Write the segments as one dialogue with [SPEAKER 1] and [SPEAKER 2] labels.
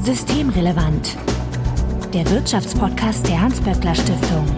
[SPEAKER 1] Systemrelevant. Der Wirtschaftspodcast der Hans-Böckler-Stiftung.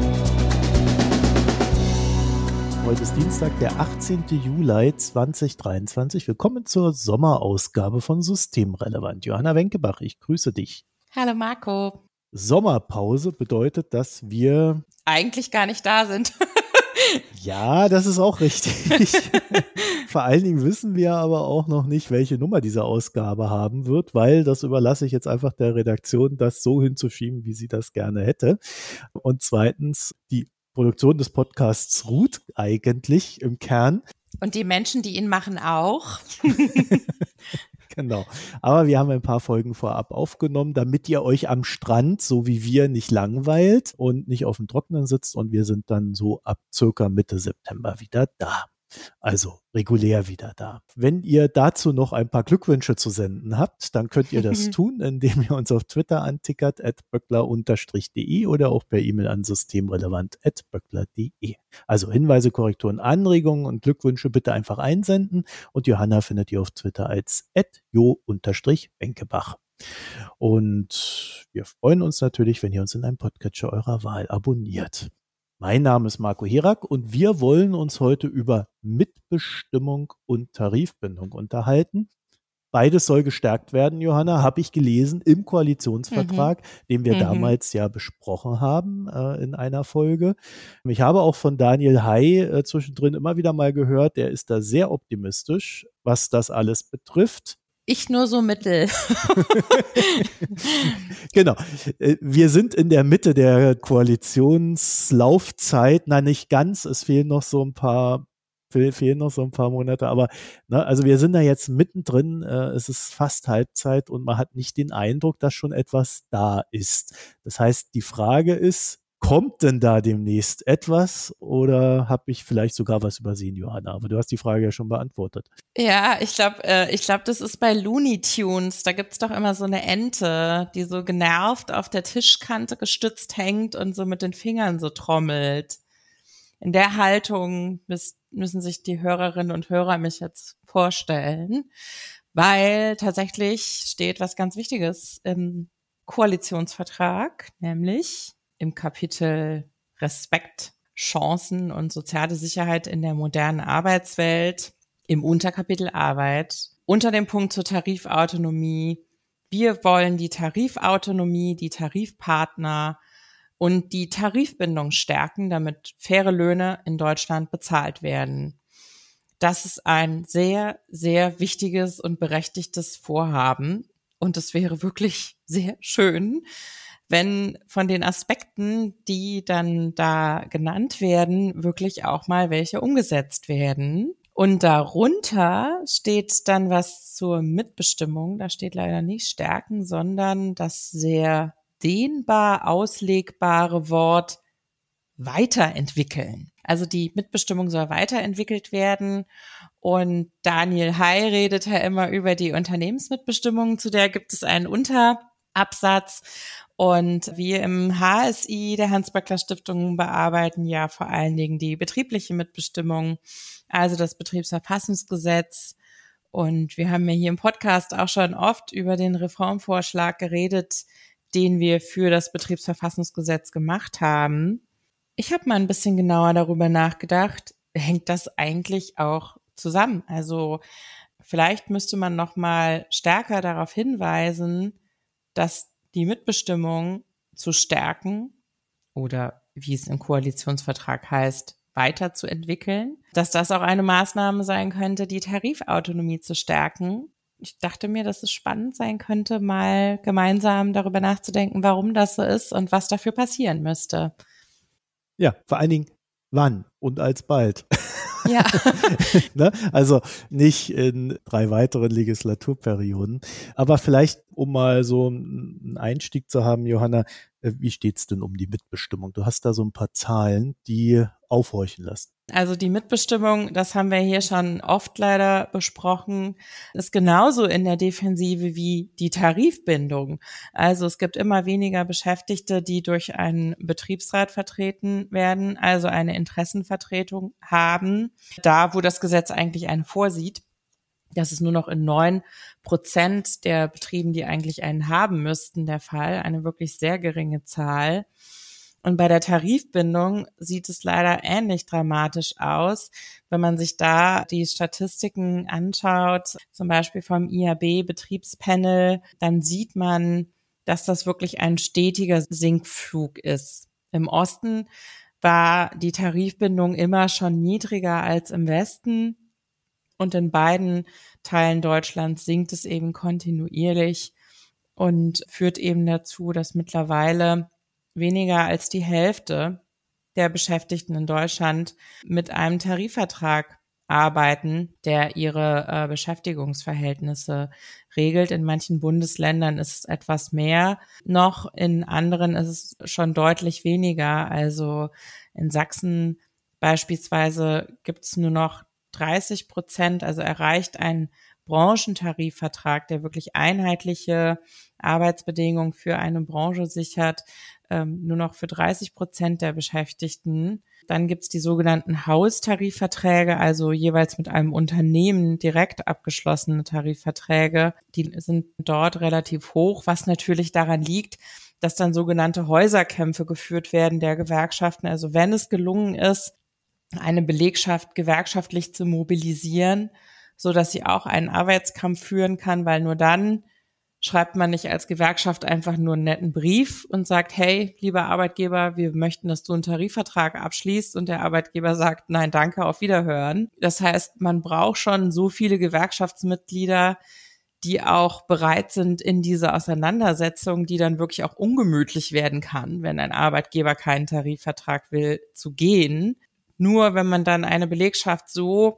[SPEAKER 2] Heute ist Dienstag, der 18. Juli 2023. Willkommen zur Sommerausgabe von Systemrelevant. Johanna Wenkebach, ich grüße dich.
[SPEAKER 3] Hallo Marco.
[SPEAKER 2] Sommerpause bedeutet, dass wir
[SPEAKER 3] eigentlich gar nicht da sind.
[SPEAKER 2] Ja, das ist auch richtig. Vor allen Dingen wissen wir aber auch noch nicht, welche Nummer diese Ausgabe haben wird, weil das überlasse ich jetzt einfach der Redaktion, das so hinzuschieben, wie sie das gerne hätte. Und zweitens, die Produktion des Podcasts ruht eigentlich im Kern.
[SPEAKER 3] Und die Menschen, die ihn machen, auch.
[SPEAKER 2] Genau. Aber wir haben ein paar Folgen vorab aufgenommen, damit ihr euch am Strand, so wie wir, nicht langweilt und nicht auf dem Trockenen sitzt. Und wir sind dann so ab circa Mitte September wieder da. Also regulär wieder da. Wenn ihr dazu noch ein paar Glückwünsche zu senden habt, dann könnt ihr das tun, indem ihr uns auf Twitter antickert @böckler_de oder auch per E-Mail an systemrelevant@böckler.de. Also Hinweise, Korrekturen, Anregungen und Glückwünsche bitte einfach einsenden und Johanna findet ihr auf Twitter als @jo_wenkebach. Und wir freuen uns natürlich, wenn ihr uns in einem Podcatcher eurer Wahl abonniert. Mein Name ist Marco Herak und wir wollen uns heute über Mitbestimmung und Tarifbindung unterhalten. Beides soll gestärkt werden, Johanna, habe ich gelesen im Koalitionsvertrag, den wir damals ja besprochen haben in einer Folge. Ich habe auch von Daniel Hay zwischendrin immer wieder mal gehört, der ist da sehr optimistisch, was das alles betrifft.
[SPEAKER 3] Ich nur so mittel.
[SPEAKER 2] Genau. Wir sind in der Mitte der Koalitionslaufzeit. Na, nicht ganz. Es fehlen noch so ein paar Monate. Aber also wir sind da jetzt mittendrin. Es ist fast Halbzeit und man hat nicht den Eindruck, dass schon etwas da ist. Das heißt, die Frage ist, kommt denn da demnächst etwas oder habe ich vielleicht sogar was übersehen, Johanna? Aber du hast die Frage ja schon beantwortet.
[SPEAKER 3] Ja, ich glaube, das ist bei Looney Tunes. Da gibt's doch immer so eine Ente, die so genervt auf der Tischkante gestützt hängt und so mit den Fingern so trommelt. In der Haltung müssen sich die Hörerinnen und Hörer mich jetzt vorstellen, weil tatsächlich steht was ganz Wichtiges im Koalitionsvertrag, nämlich im Kapitel Respekt, Chancen und soziale Sicherheit in der modernen Arbeitswelt, im Unterkapitel Arbeit, unter dem Punkt zur Tarifautonomie. Wir wollen die Tarifautonomie, die Tarifpartner und die Tarifbindung stärken, damit faire Löhne in Deutschland bezahlt werden. Das ist ein sehr, sehr wichtiges und berechtigtes Vorhaben. Und es wäre wirklich sehr schön, wenn von den Aspekten, die dann da genannt werden, wirklich auch mal welche umgesetzt werden. Und darunter steht dann was zur Mitbestimmung. Da steht leider nicht stärken, sondern das sehr dehnbar auslegbare Wort weiterentwickeln. Also die Mitbestimmung soll weiterentwickelt werden. Und Daniel Hay redet ja immer über die Unternehmensmitbestimmung, zu der gibt es einen Unterabsatz. Und wir im HSI, der Hans-Böckler-Stiftung, bearbeiten ja vor allen Dingen die betriebliche Mitbestimmung, also das Betriebsverfassungsgesetz. Und wir haben ja hier im Podcast auch schon oft über den Reformvorschlag geredet, den wir für das Betriebsverfassungsgesetz gemacht haben. Ich habe mal ein bisschen genauer darüber nachgedacht, hängt das eigentlich auch zusammen? Also vielleicht müsste man noch mal stärker darauf hinweisen, dass die Mitbestimmung zu stärken oder wie es im Koalitionsvertrag heißt, weiterzuentwickeln, dass das auch eine Maßnahme sein könnte, die Tarifautonomie zu stärken. Ich dachte mir, dass es spannend sein könnte, mal gemeinsam darüber nachzudenken, warum das so ist und was dafür passieren müsste.
[SPEAKER 2] Ja, vor allen Dingen wann und alsbald.
[SPEAKER 3] Ja.
[SPEAKER 2] Also nicht in 3 weiteren Legislaturperioden. Aber vielleicht, um mal so einen Einstieg zu haben, Johanna, wie steht's denn um die Mitbestimmung? Du hast da so ein paar Zahlen, die aufhorchen lassen.
[SPEAKER 3] Also die Mitbestimmung, das haben wir hier schon oft leider besprochen, ist genauso in der Defensive wie die Tarifbindung. Also es gibt immer weniger Beschäftigte, die durch einen Betriebsrat vertreten werden, also eine Interessenvertretung haben, da wo das Gesetz eigentlich eine vorsieht. Das ist nur noch in 9% der Betrieben, die eigentlich einen haben müssten, der Fall. Eine wirklich sehr geringe Zahl. Und bei der Tarifbindung sieht es leider ähnlich dramatisch aus. Wenn man sich da die Statistiken anschaut, zum Beispiel vom IAB-Betriebspanel, dann sieht man, dass das wirklich ein stetiger Sinkflug ist. Im Osten war die Tarifbindung immer schon niedriger als im Westen. Und in beiden Teilen Deutschlands sinkt es eben kontinuierlich und führt eben dazu, dass mittlerweile weniger als die Hälfte der Beschäftigten in Deutschland mit einem Tarifvertrag arbeiten, der ihre Beschäftigungsverhältnisse regelt. In manchen Bundesländern ist es etwas mehr noch, in anderen ist es schon deutlich weniger. Also in Sachsen beispielsweise gibt es nur noch 30%, also erreicht ein Branchentarifvertrag, der wirklich einheitliche Arbeitsbedingungen für eine Branche sichert, nur noch für 30% der Beschäftigten. Dann gibt's die sogenannten Haustarifverträge, also jeweils mit einem Unternehmen direkt abgeschlossene Tarifverträge. Die sind dort relativ hoch, was natürlich daran liegt, dass dann sogenannte Häuserkämpfe geführt werden der Gewerkschaften. Also wenn es gelungen ist, eine Belegschaft gewerkschaftlich zu mobilisieren, so dass sie auch einen Arbeitskampf führen kann, weil nur dann schreibt man nicht als Gewerkschaft einfach nur einen netten Brief und sagt, hey, lieber Arbeitgeber, wir möchten, dass du einen Tarifvertrag abschließt, und der Arbeitgeber sagt, nein, danke, auf Wiederhören. Das heißt, man braucht schon so viele Gewerkschaftsmitglieder, die auch bereit sind, in diese Auseinandersetzung, die dann wirklich auch ungemütlich werden kann, wenn ein Arbeitgeber keinen Tarifvertrag will, zu gehen. Nur wenn man dann eine Belegschaft so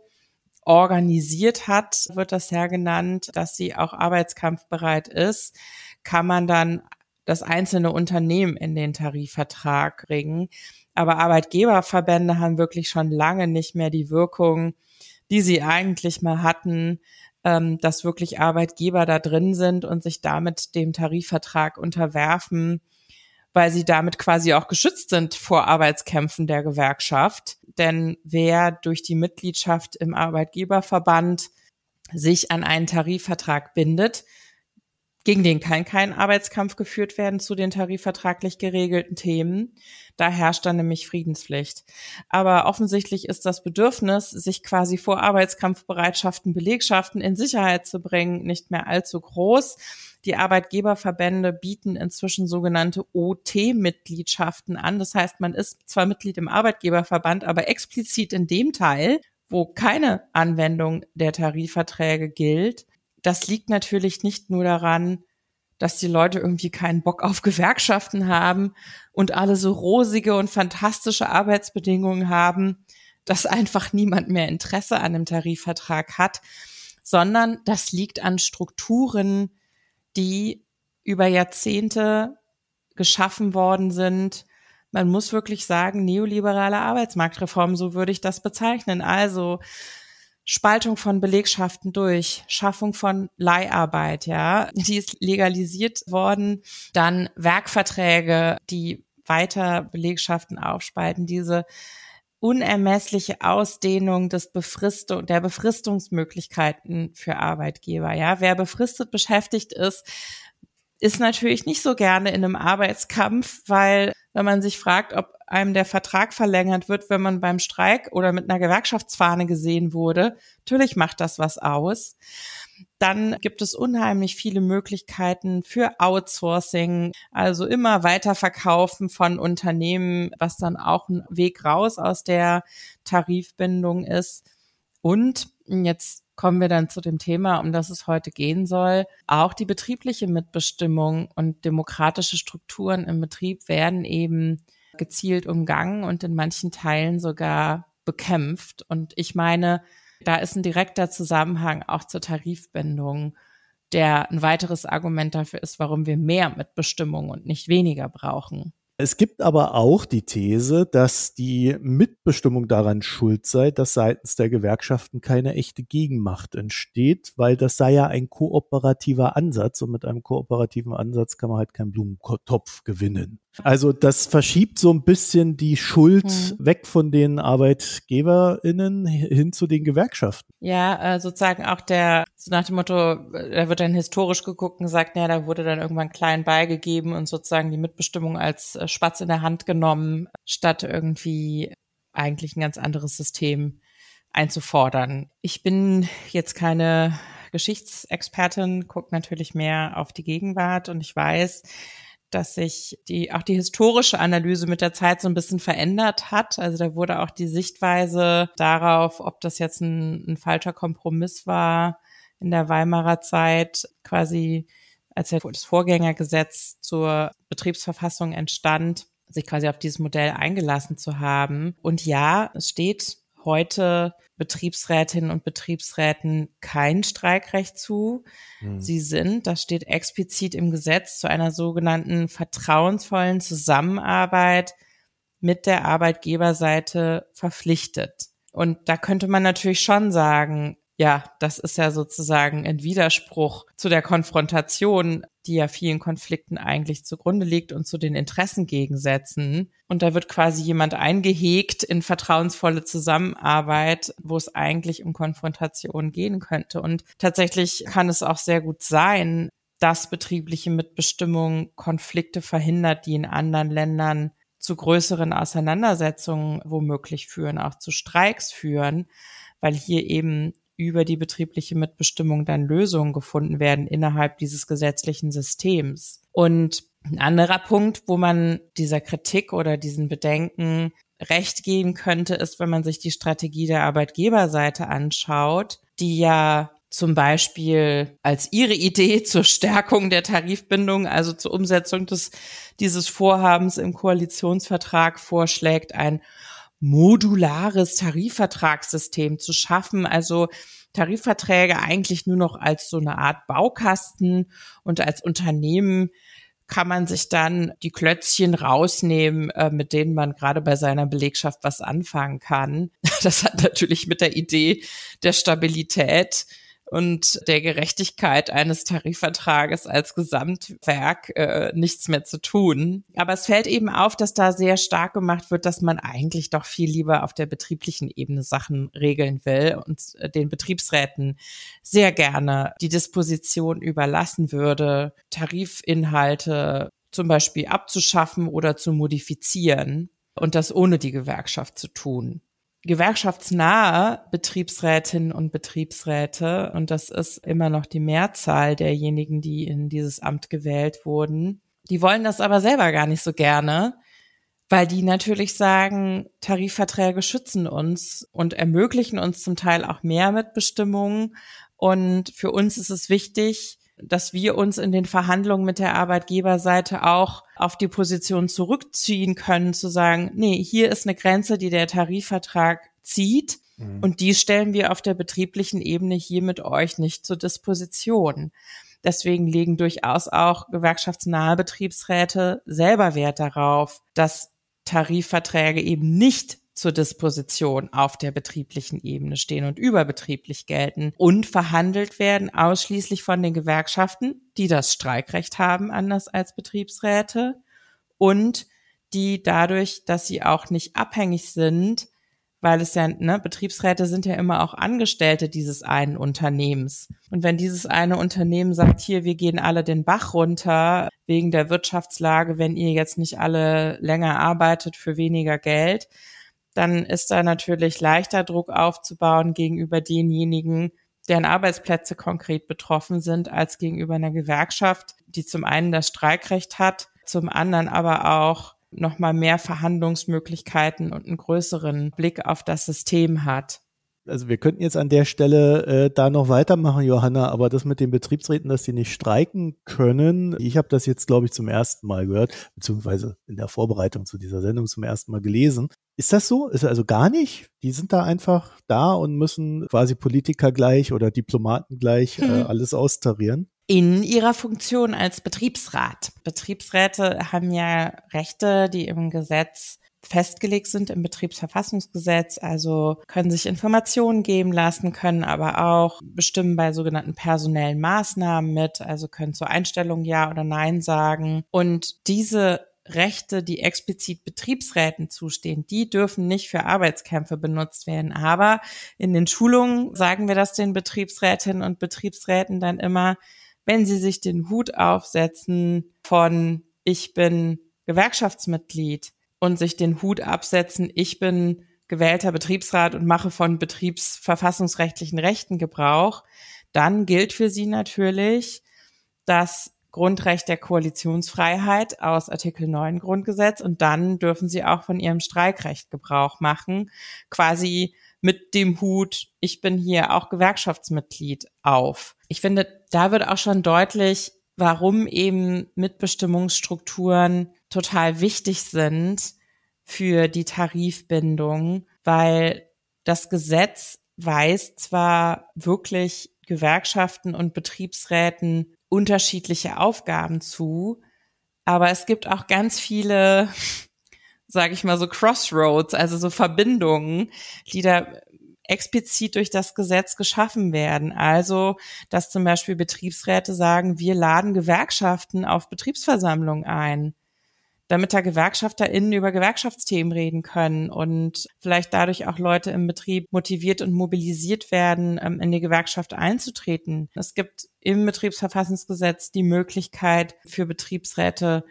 [SPEAKER 3] organisiert hat, wird das ja genannt, dass sie auch arbeitskampfbereit ist, kann man dann das einzelne Unternehmen in den Tarifvertrag bringen. Aber Arbeitgeberverbände haben wirklich schon lange nicht mehr die Wirkung, die sie eigentlich mal hatten, dass wirklich Arbeitgeber da drin sind und sich damit dem Tarifvertrag unterwerfen, weil sie damit quasi auch geschützt sind vor Arbeitskämpfen der Gewerkschaft. Denn wer durch die Mitgliedschaft im Arbeitgeberverband sich an einen Tarifvertrag bindet, gegen den kann kein Arbeitskampf geführt werden zu den tarifvertraglich geregelten Themen. Da herrscht dann nämlich Friedenspflicht. Aber offensichtlich ist das Bedürfnis, sich quasi vor Arbeitskampfbereitschaften, Belegschaften in Sicherheit zu bringen, nicht mehr allzu groß. Die Arbeitgeberverbände bieten inzwischen sogenannte OT-Mitgliedschaften an. Das heißt, man ist zwar Mitglied im Arbeitgeberverband, aber explizit in dem Teil, wo keine Anwendung der Tarifverträge gilt. Das liegt natürlich nicht nur daran, dass die Leute irgendwie keinen Bock auf Gewerkschaften haben und alle so rosige und fantastische Arbeitsbedingungen haben, dass einfach niemand mehr Interesse an einem Tarifvertrag hat, sondern das liegt an Strukturen, die über Jahrzehnte geschaffen worden sind. Man muss wirklich sagen, neoliberale Arbeitsmarktreform, so würde ich das bezeichnen. Also Spaltung von Belegschaften durch, Schaffung von Leiharbeit, ja, die ist legalisiert worden. Dann Werkverträge, die weiter Belegschaften aufspalten, diese unermessliche Ausdehnung der Befristungsmöglichkeiten für Arbeitgeber, ja. Wer befristet beschäftigt ist natürlich nicht so gerne in einem Arbeitskampf, weil wenn man sich fragt, ob einem der Vertrag verlängert wird, wenn man beim Streik oder mit einer Gewerkschaftsfahne gesehen wurde, natürlich macht das was aus. Dann gibt es unheimlich viele Möglichkeiten für Outsourcing, also immer weiterverkaufen von Unternehmen, was dann auch ein Weg raus aus der Tarifbindung ist. Und jetzt kommen wir dann zu dem Thema, um das es heute gehen soll. Auch die betriebliche Mitbestimmung und demokratische Strukturen im Betrieb werden eben gezielt umgangen und in manchen Teilen sogar bekämpft. Und ich meine, da ist ein direkter Zusammenhang auch zur Tarifbindung, der ein weiteres Argument dafür ist, warum wir mehr Mitbestimmung und nicht weniger brauchen.
[SPEAKER 2] Es gibt aber auch die These, dass die Mitbestimmung daran schuld sei, dass seitens der Gewerkschaften keine echte Gegenmacht entsteht, weil das sei ja ein kooperativer Ansatz und mit einem kooperativen Ansatz kann man halt keinen Blumentopf gewinnen. Also das verschiebt so ein bisschen die Schuld weg von den ArbeitgeberInnen hin zu den Gewerkschaften.
[SPEAKER 3] Ja, sozusagen auch so nach dem Motto, da wird dann historisch geguckt und gesagt, naja, da wurde dann irgendwann klein beigegeben und sozusagen die Mitbestimmung als Spatz in der Hand genommen, statt irgendwie eigentlich ein ganz anderes System einzufordern. Ich bin jetzt keine Geschichtsexpertin, gucke natürlich mehr auf die Gegenwart und ich weiß, dass sich auch die historische Analyse mit der Zeit so ein bisschen verändert hat. Also da wurde auch die Sichtweise darauf, ob das jetzt ein falscher Kompromiss war in der Weimarer Zeit, quasi als das Vorgängergesetz zur Betriebsverfassung entstand, sich quasi auf dieses Modell eingelassen zu haben. Und ja, es steht heute Betriebsrätinnen und Betriebsräten kein Streikrecht zu. Sie sind, das steht explizit im Gesetz, zu einer sogenannten vertrauensvollen Zusammenarbeit mit der Arbeitgeberseite verpflichtet. Und da könnte man natürlich schon sagen, ja, das ist ja sozusagen ein Widerspruch zu der Konfrontation, die ja vielen Konflikten eigentlich zugrunde liegt und zu den Interessengegensätzen. Und da wird quasi jemand eingehegt in vertrauensvolle Zusammenarbeit, wo es eigentlich um Konfrontation gehen könnte. Und tatsächlich kann es auch sehr gut sein, dass betriebliche Mitbestimmung Konflikte verhindert, die in anderen Ländern zu größeren Auseinandersetzungen womöglich führen, auch zu Streiks führen, weil hier eben über die betriebliche Mitbestimmung dann Lösungen gefunden werden innerhalb dieses gesetzlichen Systems. Und ein anderer Punkt, wo man dieser Kritik oder diesen Bedenken recht geben könnte, ist, wenn man sich die Strategie der Arbeitgeberseite anschaut, die ja zum Beispiel als ihre Idee zur Stärkung der Tarifbindung, also zur Umsetzung dieses Vorhabens im Koalitionsvertrag vorschlägt, ein modulares Tarifvertragssystem zu schaffen, also Tarifverträge eigentlich nur noch als so eine Art Baukasten und als Unternehmen kann man sich dann die Klötzchen rausnehmen, mit denen man gerade bei seiner Belegschaft was anfangen kann. Das hat natürlich mit der Idee der Stabilität und der Gerechtigkeit eines Tarifvertrages als Gesamtwerk nichts mehr zu tun. Aber es fällt eben auf, dass da sehr stark gemacht wird, dass man eigentlich doch viel lieber auf der betrieblichen Ebene Sachen regeln will und den Betriebsräten sehr gerne die Disposition überlassen würde, Tarifinhalte zum Beispiel abzuschaffen oder zu modifizieren und das ohne die Gewerkschaft zu tun. Gewerkschaftsnahe Betriebsrätinnen und Betriebsräte, und das ist immer noch die Mehrzahl derjenigen, die in dieses Amt gewählt wurden, die wollen das aber selber gar nicht so gerne, weil die natürlich sagen, Tarifverträge schützen uns und ermöglichen uns zum Teil auch mehr Mitbestimmung. Und für uns ist es wichtig, dass wir uns in den Verhandlungen mit der Arbeitgeberseite auch auf die Position zurückziehen können, zu sagen, nee, hier ist eine Grenze, die der Tarifvertrag zieht und die stellen wir auf der betrieblichen Ebene hier mit euch nicht zur Disposition. Deswegen legen durchaus auch gewerkschaftsnahe Betriebsräte selber Wert darauf, dass Tarifverträge eben nicht zur Disposition auf der betrieblichen Ebene stehen und überbetrieblich gelten und verhandelt werden ausschließlich von den Gewerkschaften, die das Streikrecht haben, anders als Betriebsräte, und die dadurch, dass sie auch nicht abhängig sind, weil es ja, Betriebsräte sind ja immer auch Angestellte dieses einen Unternehmens. Und wenn dieses eine Unternehmen sagt, hier, wir gehen alle den Bach runter wegen der Wirtschaftslage, wenn ihr jetzt nicht alle länger arbeitet für weniger Geld, dann ist da natürlich leichter Druck aufzubauen gegenüber denjenigen, deren Arbeitsplätze konkret betroffen sind, als gegenüber einer Gewerkschaft, die zum einen das Streikrecht hat, zum anderen aber auch nochmal mehr Verhandlungsmöglichkeiten und einen größeren Blick auf das System hat.
[SPEAKER 2] Also wir könnten jetzt an der Stelle da noch weitermachen, Johanna, aber das mit den Betriebsräten, dass die nicht streiken können, ich habe das jetzt, glaube ich, zum ersten Mal gehört, beziehungsweise in der Vorbereitung zu dieser Sendung zum ersten Mal gelesen. Ist das so? Ist also gar nicht? Die sind da einfach da und müssen quasi Politiker gleich oder Diplomaten gleich alles austarieren?
[SPEAKER 3] in ihrer Funktion als Betriebsrat. Betriebsräte haben ja Rechte, die im Gesetz festgelegt sind, im Betriebsverfassungsgesetz, also können sich Informationen geben lassen, können aber auch bestimmen bei sogenannten personellen Maßnahmen mit, also können zur Einstellung Ja oder Nein sagen. Und diese Rechte, die explizit Betriebsräten zustehen, die dürfen nicht für Arbeitskämpfe benutzt werden. Aber in den Schulungen sagen wir das den Betriebsrätinnen und Betriebsräten dann immer, wenn sie sich den Hut aufsetzen von ich bin Gewerkschaftsmitglied und sich den Hut absetzen, ich bin gewählter Betriebsrat und mache von betriebsverfassungsrechtlichen Rechten Gebrauch, dann gilt für sie natürlich das Grundrecht der Koalitionsfreiheit aus Artikel 9 Grundgesetz und dann dürfen sie auch von ihrem Streikrecht Gebrauch machen, quasi mit dem Hut, ich bin hier auch Gewerkschaftsmitglied auf. Ich finde, da wird auch schon deutlich, warum eben Mitbestimmungsstrukturen total wichtig sind für die Tarifbindung, weil das Gesetz weist zwar wirklich Gewerkschaften und Betriebsräten unterschiedliche Aufgaben zu, aber es gibt auch ganz viele, sage ich mal so Crossroads, also so Verbindungen, die da explizit durch das Gesetz geschaffen werden. Also, dass zum Beispiel Betriebsräte sagen, wir laden Gewerkschaften auf Betriebsversammlungen ein, damit da GewerkschafterInnen über Gewerkschaftsthemen reden können und vielleicht dadurch auch Leute im Betrieb motiviert und mobilisiert werden, in die Gewerkschaft einzutreten. Es gibt im Betriebsverfassungsgesetz die Möglichkeit für Betriebsräte,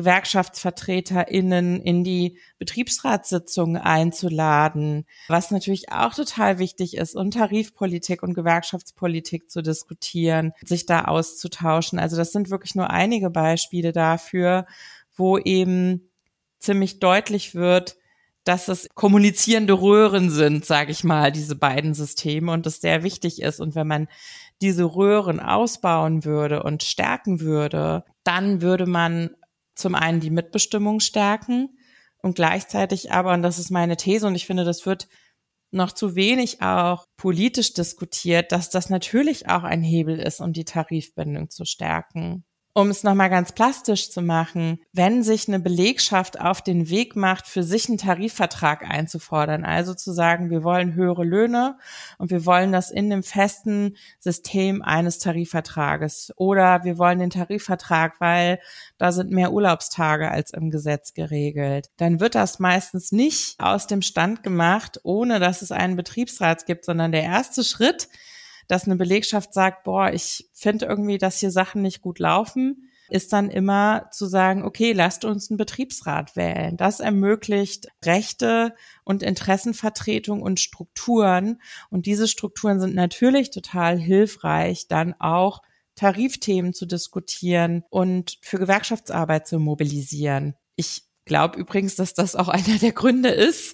[SPEAKER 3] GewerkschaftsvertreterInnen in die Betriebsratssitzungen einzuladen, was natürlich auch total wichtig ist, und Tarifpolitik und Gewerkschaftspolitik zu diskutieren, sich da auszutauschen. Also das sind wirklich nur einige Beispiele dafür, wo eben ziemlich deutlich wird, dass es kommunizierende Röhren sind, sage ich mal, diese beiden Systeme und das sehr wichtig ist. Und wenn man diese Röhren ausbauen würde und stärken würde, dann würde man zum einen die Mitbestimmung stärken und gleichzeitig aber, und das ist meine These und ich finde, das wird noch zu wenig auch politisch diskutiert, dass das natürlich auch ein Hebel ist, um die Tarifbindung zu stärken. Um es nochmal ganz plastisch zu machen, wenn sich eine Belegschaft auf den Weg macht, für sich einen Tarifvertrag einzufordern, also zu sagen, wir wollen höhere Löhne und wir wollen das in dem festen System eines Tarifvertrages oder wir wollen den Tarifvertrag, weil da sind mehr Urlaubstage als im Gesetz geregelt, dann wird das meistens nicht aus dem Stand gemacht, ohne dass es einen Betriebsrat gibt, sondern der erste Schritt, dass eine Belegschaft sagt, boah, ich finde irgendwie, dass hier Sachen nicht gut laufen, ist dann immer zu sagen, okay, lasst uns einen Betriebsrat wählen. Das ermöglicht Rechte und Interessenvertretung und Strukturen. Und diese Strukturen sind natürlich total hilfreich, dann auch Tarifthemen zu diskutieren und für Gewerkschaftsarbeit zu mobilisieren. Ich glaube übrigens, dass das auch einer der Gründe ist,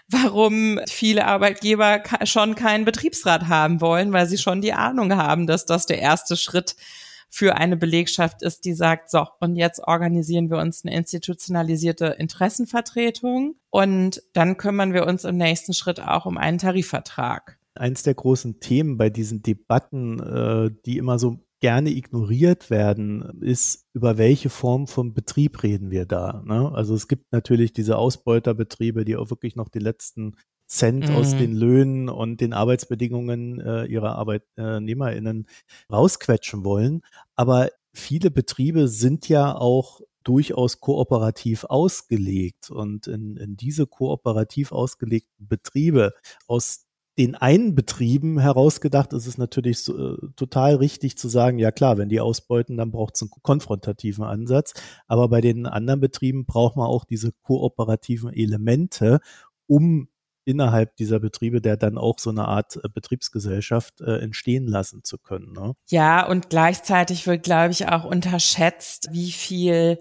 [SPEAKER 3] warum viele Arbeitgeber schon keinen Betriebsrat haben wollen, weil sie schon die Ahnung haben, dass das der erste Schritt für eine Belegschaft ist, die sagt, so, und jetzt organisieren wir uns eine institutionalisierte Interessenvertretung und dann kümmern wir uns im nächsten Schritt auch um einen Tarifvertrag.
[SPEAKER 2] Eins der großen Themen bei diesen Debatten, die immer so gerne ignoriert werden, ist, über welche Form von Betrieb reden wir da, ne? Also es gibt natürlich diese Ausbeuterbetriebe, die auch wirklich noch die letzten Cent aus den Löhnen und den Arbeitsbedingungen ihrer ArbeitnehmerInnen rausquetschen wollen. Aber viele Betriebe sind ja auch durchaus kooperativ ausgelegt. Und in diese kooperativ ausgelegten Betriebe, aus den einen Betrieben herausgedacht, ist es natürlich total richtig zu sagen, ja klar, wenn die ausbeuten, dann braucht es einen konfrontativen Ansatz. Aber bei den anderen Betrieben braucht man auch diese kooperativen Elemente, um innerhalb dieser Betriebe, der dann auch so eine Art Betriebsgesellschaft entstehen lassen zu können, ne?
[SPEAKER 3] Ja, und gleichzeitig wird, glaube ich, auch unterschätzt, wie viel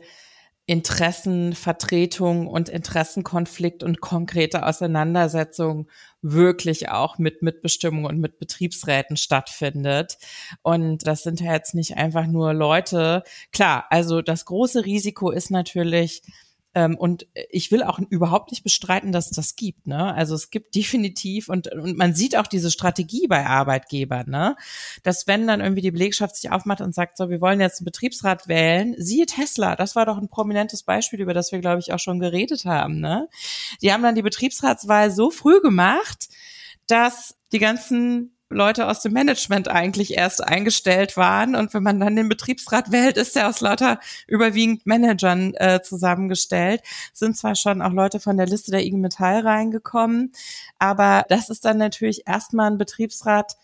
[SPEAKER 3] Interessenvertretung und Interessenkonflikt und konkrete Auseinandersetzung wirklich auch mit Mitbestimmung und mit Betriebsräten stattfindet. Und das sind ja jetzt nicht einfach nur Leute. Klar, also das große Risiko ist natürlich, Und ich will auch überhaupt nicht bestreiten, dass es das gibt, ne? Also es gibt definitiv und man sieht auch diese Strategie bei Arbeitgebern, ne? Dass wenn dann irgendwie die Belegschaft sich aufmacht und sagt, so, wir wollen jetzt einen Betriebsrat wählen, siehe Tesla, das war doch ein prominentes Beispiel, über das wir, glaube ich, auch schon geredet haben, ne? Die haben dann die Betriebsratswahl so früh gemacht, dass die ganzen Leute aus dem Management eigentlich erst eingestellt waren. Und wenn man dann den Betriebsrat wählt, ist der aus lauter überwiegend Managern zusammengestellt. Sind zwar schon auch Leute von der Liste der IG Metall reingekommen, aber das ist dann natürlich erstmal ein Betriebsrat,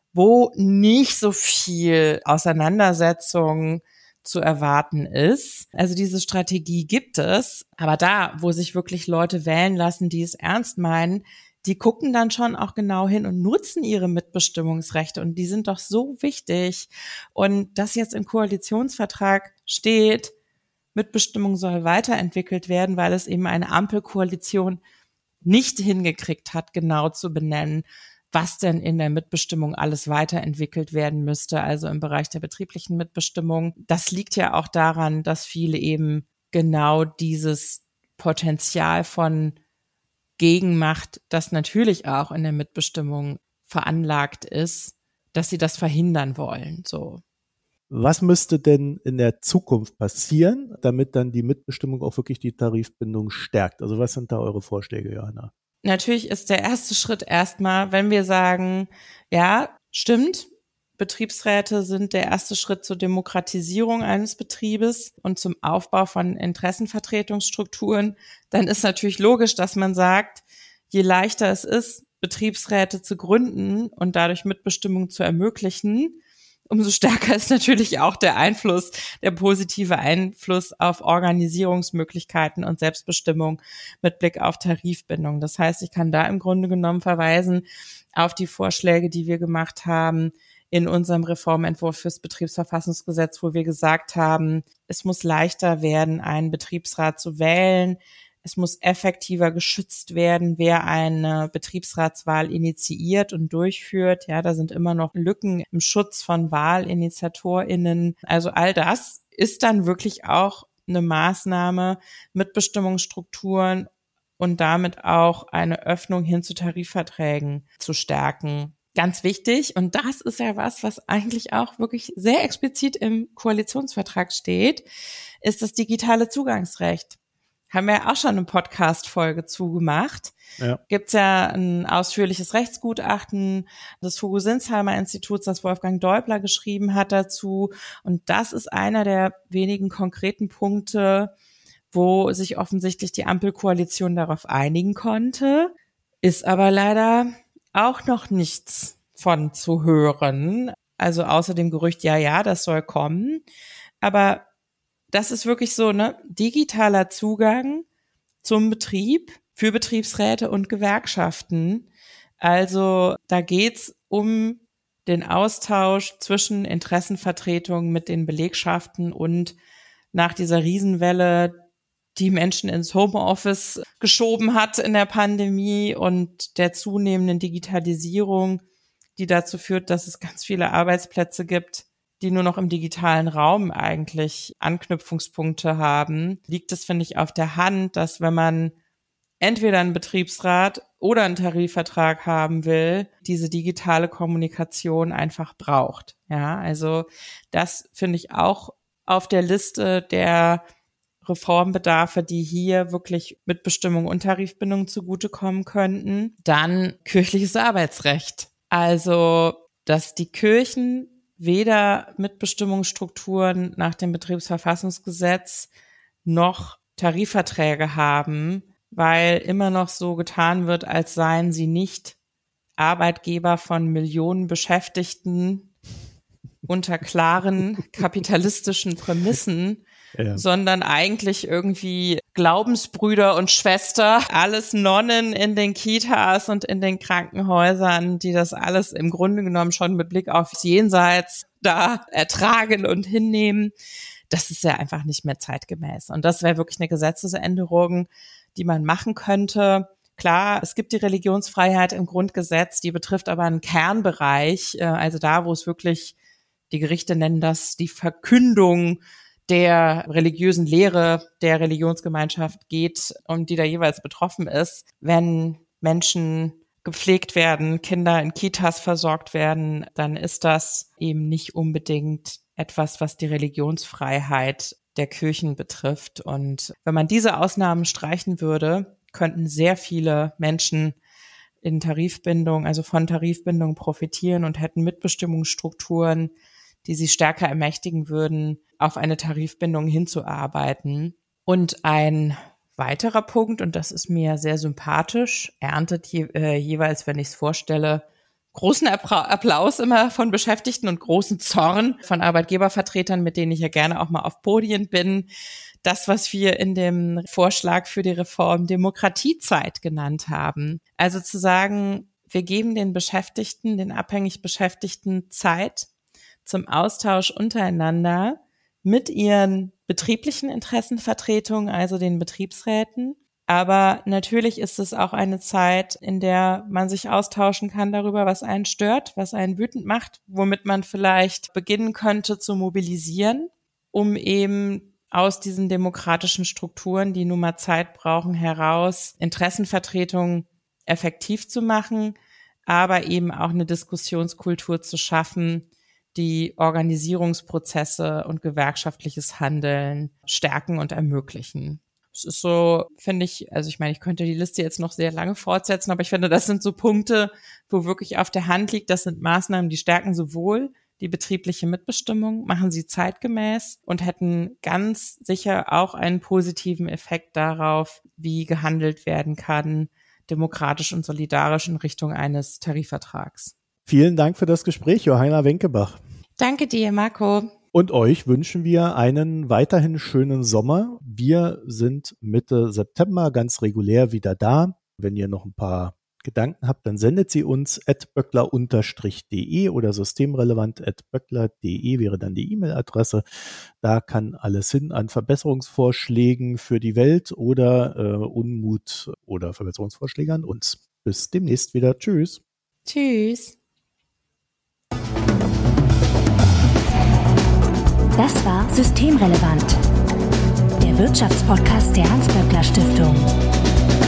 [SPEAKER 3] wo nicht so viel Auseinandersetzung zu erwarten ist. Also diese Strategie gibt es, aber da, wo sich wirklich Leute wählen lassen, die es ernst meinen, die gucken dann schon auch genau hin und nutzen ihre Mitbestimmungsrechte und die sind doch so wichtig. Und dass jetzt im Koalitionsvertrag steht, Mitbestimmung soll weiterentwickelt werden, weil es eben eine Ampelkoalition nicht hingekriegt hat, genau zu benennen, was denn in der Mitbestimmung alles weiterentwickelt werden müsste, also im Bereich der betrieblichen Mitbestimmung. Das liegt ja auch daran, dass viele eben genau dieses Potenzial von Gegenmacht, das natürlich auch in der Mitbestimmung veranlagt ist, dass sie das verhindern wollen. So.
[SPEAKER 2] Was müsste denn in der Zukunft passieren, damit dann die Mitbestimmung auch wirklich die Tarifbindung stärkt? Also was sind da eure Vorschläge, Johanna?
[SPEAKER 3] Natürlich ist der erste Schritt erstmal, wenn wir sagen, ja, stimmt, Betriebsräte sind der erste Schritt zur Demokratisierung eines Betriebes und zum Aufbau von Interessenvertretungsstrukturen, dann ist natürlich logisch, dass man sagt, je leichter es ist, Betriebsräte zu gründen und dadurch Mitbestimmung zu ermöglichen, umso stärker ist natürlich auch der positive Einfluss auf Organisierungsmöglichkeiten und Selbstbestimmung mit Blick auf Tarifbindung. Das heißt, ich kann da im Grunde genommen verweisen auf die Vorschläge, die wir gemacht haben in unserem Reformentwurf fürs Betriebsverfassungsgesetz, wo wir gesagt haben, es muss leichter werden, einen Betriebsrat zu wählen. Es muss effektiver geschützt werden, wer eine Betriebsratswahl initiiert und durchführt. Ja, da sind immer noch Lücken im Schutz von WahlinitiatorInnen. Also all das ist dann wirklich auch eine Maßnahme, Mitbestimmungsstrukturen und damit auch eine Öffnung hin zu Tarifverträgen zu stärken. Ganz wichtig, und das ist ja was eigentlich auch wirklich sehr explizit im Koalitionsvertrag steht, ist das digitale Zugangsrecht. Haben wir ja auch schon eine Podcast-Folge zugemacht. Ja. Gibt's ja ein ausführliches Rechtsgutachten des Hugo-Sinsheimer-Instituts, das Wolfgang Deubler geschrieben hat dazu. Und das ist einer der wenigen konkreten Punkte, wo sich offensichtlich die Ampelkoalition darauf einigen konnte, ist aber leider auch noch nichts von zu hören. Also außer dem Gerücht, ja, das soll kommen. Aber das ist wirklich so, ne, digitaler Zugang zum Betrieb für Betriebsräte und Gewerkschaften. Also da geht's um den Austausch zwischen Interessenvertretungen mit den Belegschaften und nach dieser Riesenwelle, die Menschen ins Homeoffice geschoben hat in der Pandemie und der zunehmenden Digitalisierung, die dazu führt, dass es ganz viele Arbeitsplätze gibt, die nur noch im digitalen Raum eigentlich Anknüpfungspunkte haben, liegt es, finde ich, auf der Hand, dass wenn man entweder einen Betriebsrat oder einen Tarifvertrag haben will, diese digitale Kommunikation einfach braucht. Ja, also das finde ich auch auf der Liste der Reformbedarfe, die hier wirklich Mitbestimmung und Tarifbindung zugutekommen könnten. Dann kirchliches Arbeitsrecht. Also, dass die Kirchen weder Mitbestimmungsstrukturen nach dem Betriebsverfassungsgesetz noch Tarifverträge haben, weil immer noch so getan wird, als seien sie nicht Arbeitgeber von Millionen Beschäftigten unter klaren kapitalistischen Prämissen, sondern eigentlich irgendwie Glaubensbrüder und Schwester, alles Nonnen in den Kitas und in den Krankenhäusern, die das alles im Grunde genommen schon mit Blick aufs Jenseits da ertragen und hinnehmen. Das ist ja einfach nicht mehr zeitgemäß. Und das wäre wirklich eine Gesetzesänderung, die man machen könnte. Klar, es gibt die Religionsfreiheit im Grundgesetz, die betrifft aber einen Kernbereich, also da, wo es wirklich, die Gerichte nennen das die Verkündung der religiösen Lehre der Religionsgemeinschaft geht und die da jeweils betroffen ist, wenn Menschen gepflegt werden, Kinder in Kitas versorgt werden, dann ist das eben nicht unbedingt etwas, was die Religionsfreiheit der Kirchen betrifft. Und wenn man diese Ausnahmen streichen würde, könnten sehr viele Menschen in Tarifbindung, also von Tarifbindung profitieren und hätten Mitbestimmungsstrukturen, die sie stärker ermächtigen würden, auf eine Tarifbindung hinzuarbeiten. Und ein weiterer Punkt, und das ist mir sehr sympathisch, erntet jeweils, wenn ich es vorstelle, großen Applaus immer von Beschäftigten und großen Zorn von Arbeitgebervertretern, mit denen ich ja gerne auch mal auf Podien bin. Das, was wir in dem Vorschlag für die Reform Demokratiezeit genannt haben. Also zu sagen, wir geben den Beschäftigten, den abhängig Beschäftigten Zeit zum Austausch untereinander mit ihren betrieblichen Interessenvertretungen, also den Betriebsräten. Aber natürlich ist es auch eine Zeit, in der man sich austauschen kann darüber, was einen stört, was einen wütend macht, womit man vielleicht beginnen könnte zu mobilisieren, um eben aus diesen demokratischen Strukturen, die nun mal Zeit brauchen, heraus Interessenvertretungen effektiv zu machen, aber eben auch eine Diskussionskultur zu schaffen, die Organisierungsprozesse und gewerkschaftliches Handeln stärken und ermöglichen. Es ist so, finde ich, also ich meine, ich könnte die Liste jetzt noch sehr lange fortsetzen, aber ich finde, das sind so Punkte, wo wirklich auf der Hand liegt, das sind Maßnahmen, die stärken sowohl die betriebliche Mitbestimmung, machen sie zeitgemäß und hätten ganz sicher auch einen positiven Effekt darauf, wie gehandelt werden kann, demokratisch und solidarisch in Richtung eines Tarifvertrags.
[SPEAKER 2] Vielen Dank für das Gespräch, Johanna Wenkebach.
[SPEAKER 3] Danke dir, Marco.
[SPEAKER 2] Und euch wünschen wir einen weiterhin schönen Sommer. Wir sind Mitte September ganz regulär wieder da. Wenn ihr noch ein paar Gedanken habt, dann sendet sie uns @böckler_de oder systemrelevant@böckler.de wäre dann die E-Mail-Adresse. Da kann alles hin an Verbesserungsvorschlägen für die Welt oder Unmut oder Verbesserungsvorschläge an uns. Bis demnächst wieder. Tschüss.
[SPEAKER 3] Tschüss.
[SPEAKER 1] Das war Systemrelevant, der Wirtschaftspodcast der Hans-Böckler Stiftung.